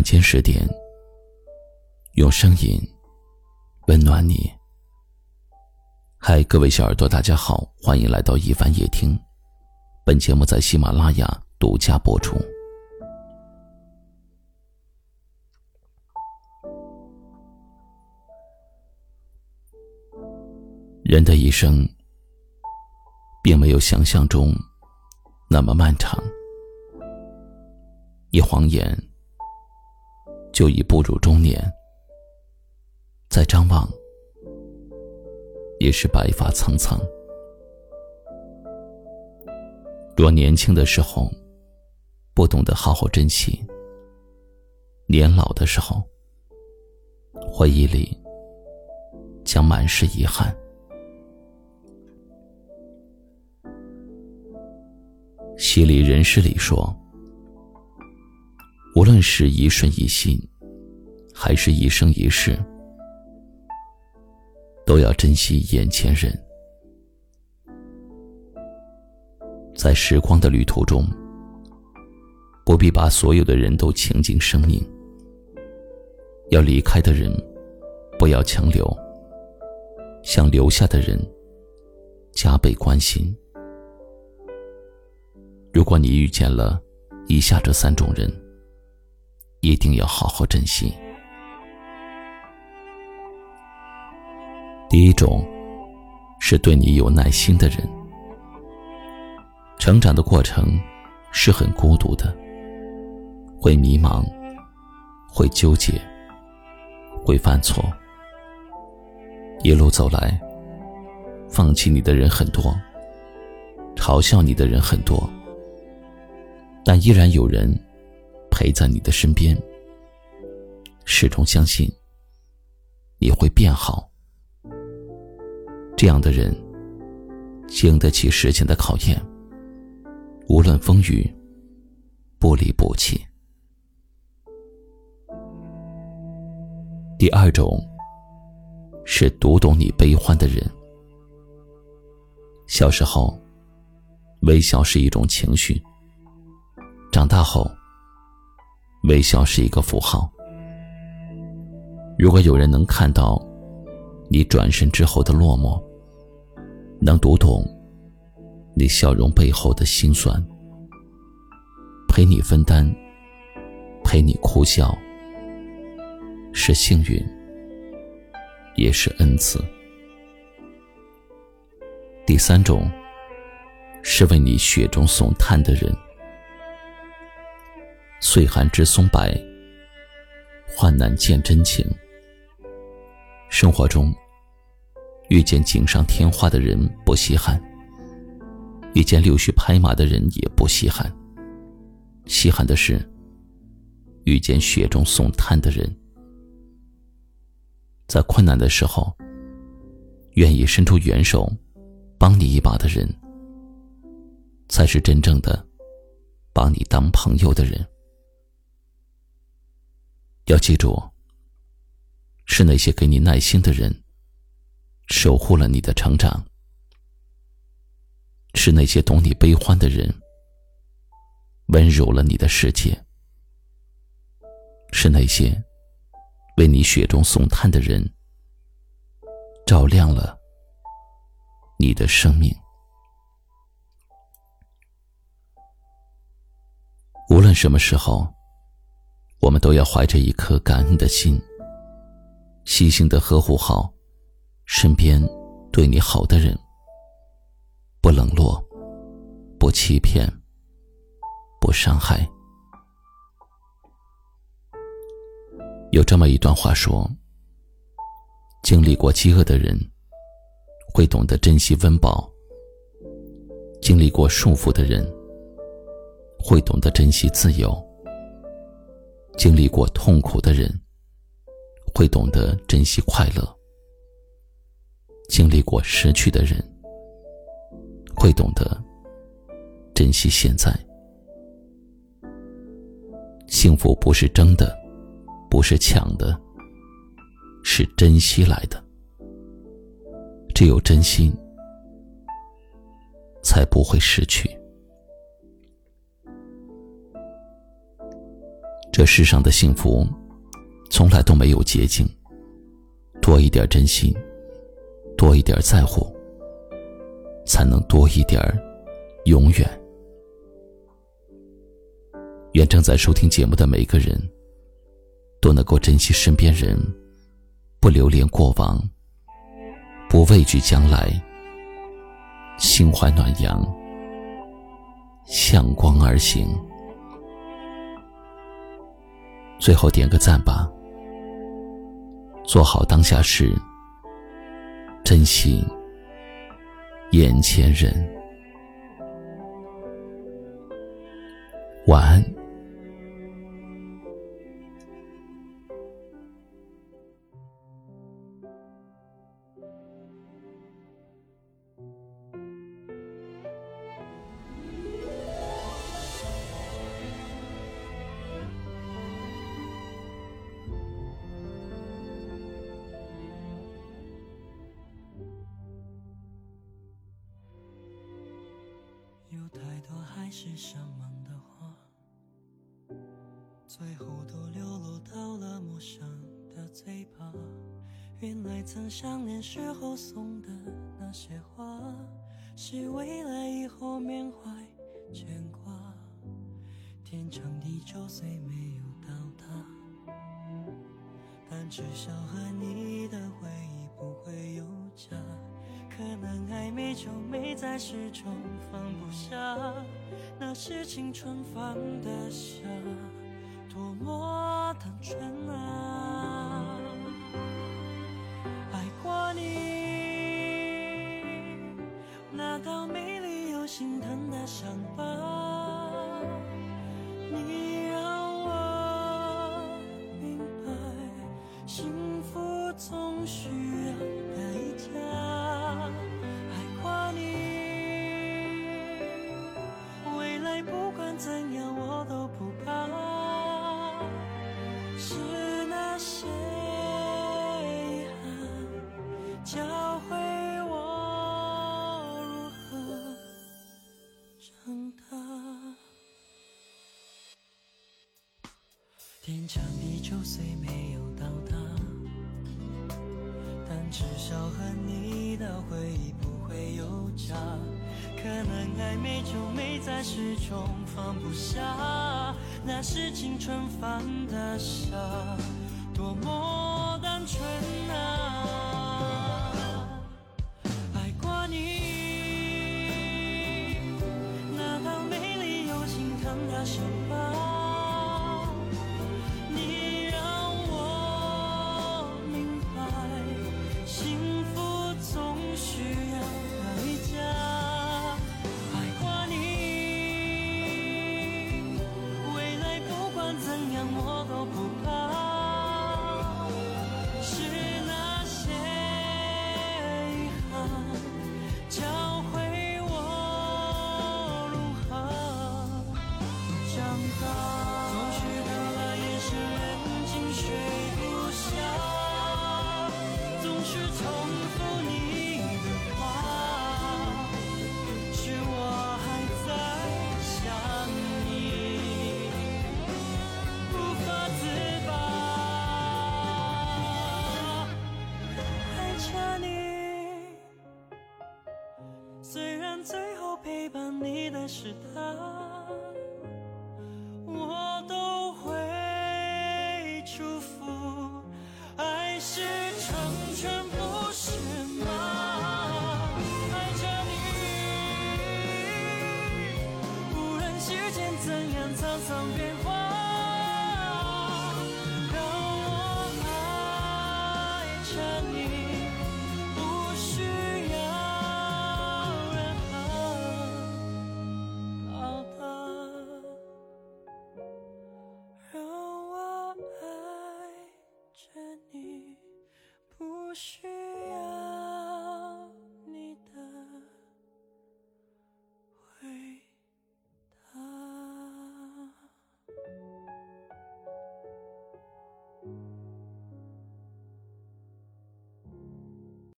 间10点，用声音温暖你。嗨，各位小耳朵，大家好，欢迎来到一凡夜听。本节目在喜马拉雅独家播出。人的一生并没有想象中那么漫长，一晃眼就已步入中年，再张望也是白发苍苍。若年轻的时候不懂得好好珍惜，年老的时候回忆里将满是遗憾。戏里人诗里说，无论是一瞬一息还是一生一世，都要珍惜眼前人。在时光的旅途中，不必把所有的人都倾尽生命，要离开的人不要强留，想留下的人加倍关心。如果你遇见了以下这3种人，一定要好好珍惜。第一种是对你有耐心的人。成长的过程是很孤独的，会迷茫，会纠结，会犯错。一路走来，放弃你的人很多，嘲笑你的人很多，但依然有人陪在你的身边，始终相信你会变好。这样的人经得起时间的考验，无论风雨不离不弃。第二种是读懂你悲欢的人。小时候微笑是一种情绪，长大后微笑是一个符号。如果有人能看到你转身之后的落寞，能读懂你笑容背后的辛酸，陪你分担，陪你哭笑，是幸运，也是恩赐。第3种是为你雪中送炭的人。岁寒知松柏，患难见真情。生活中遇见锦上添花的人不稀罕，遇见溜须拍马的人也不稀罕，稀罕的是遇见雪中送炭的人。在困难的时候愿意伸出援手帮你一把的人，才是真正的把你当朋友的人。要记住，是那些给你耐心的人守护了你的成长，是那些懂你悲欢的人温柔了你的世界，是那些为你雪中送炭的人照亮了你的生命。无论什么时候，我们都要怀着一颗感恩的心，细心地呵护好身边对你好的人，不冷落，不欺骗，不伤害。有这么一段话说，经历过饥饿的人会懂得珍惜温饱，经历过束缚的人会懂得珍惜自由，经历过痛苦的人会懂得珍惜快乐，经历过失去的人会懂得珍惜现在。幸福不是争的，不是抢的，是珍惜来的。只有珍惜，才不会失去。 这世上的幸福从来都没有捷径，多一点珍惜，多一点在乎，才能多一点永远。愿正在收听节目的每个人都能够珍惜身边人，不留恋过往，不畏惧将来，心怀暖阳，向光而行。最后点个赞吧，做好当下事，珍惜眼前人。晚安。 有太多海誓山盟的话，最后都流落到了陌生的嘴巴。原来曾相恋时候送的那些话，是未来以后缅怀牵挂。天长地久虽没有到达，但至少和你的回忆不会有假。可能暧昧就没在始终放不下，那是青春放得下，多么单纯啊！爱过你，那道美丽又心疼的伤疤，你让我明白，幸福总需要代价。不管怎样我都不怕，是那些遗憾教会我如何长大。天长地久虽没有到达，但至少和你的回忆不会有假。可能暧昧就没在始终放不下，那是青春放得下，多么单纯啊！爱过你，那道美丽又心疼的伤疤，你让我明白，幸福总需要代价。怎样我都不怕，是那些遗憾教会我如何长大。总是到了夜深人静睡不下，总是重复你的话，是我还在想你。虽然最后陪伴你的是他，我都会祝福。爱是成全，不是吗？爱着你，无论时间怎样沧桑变化，让我爱着你。不需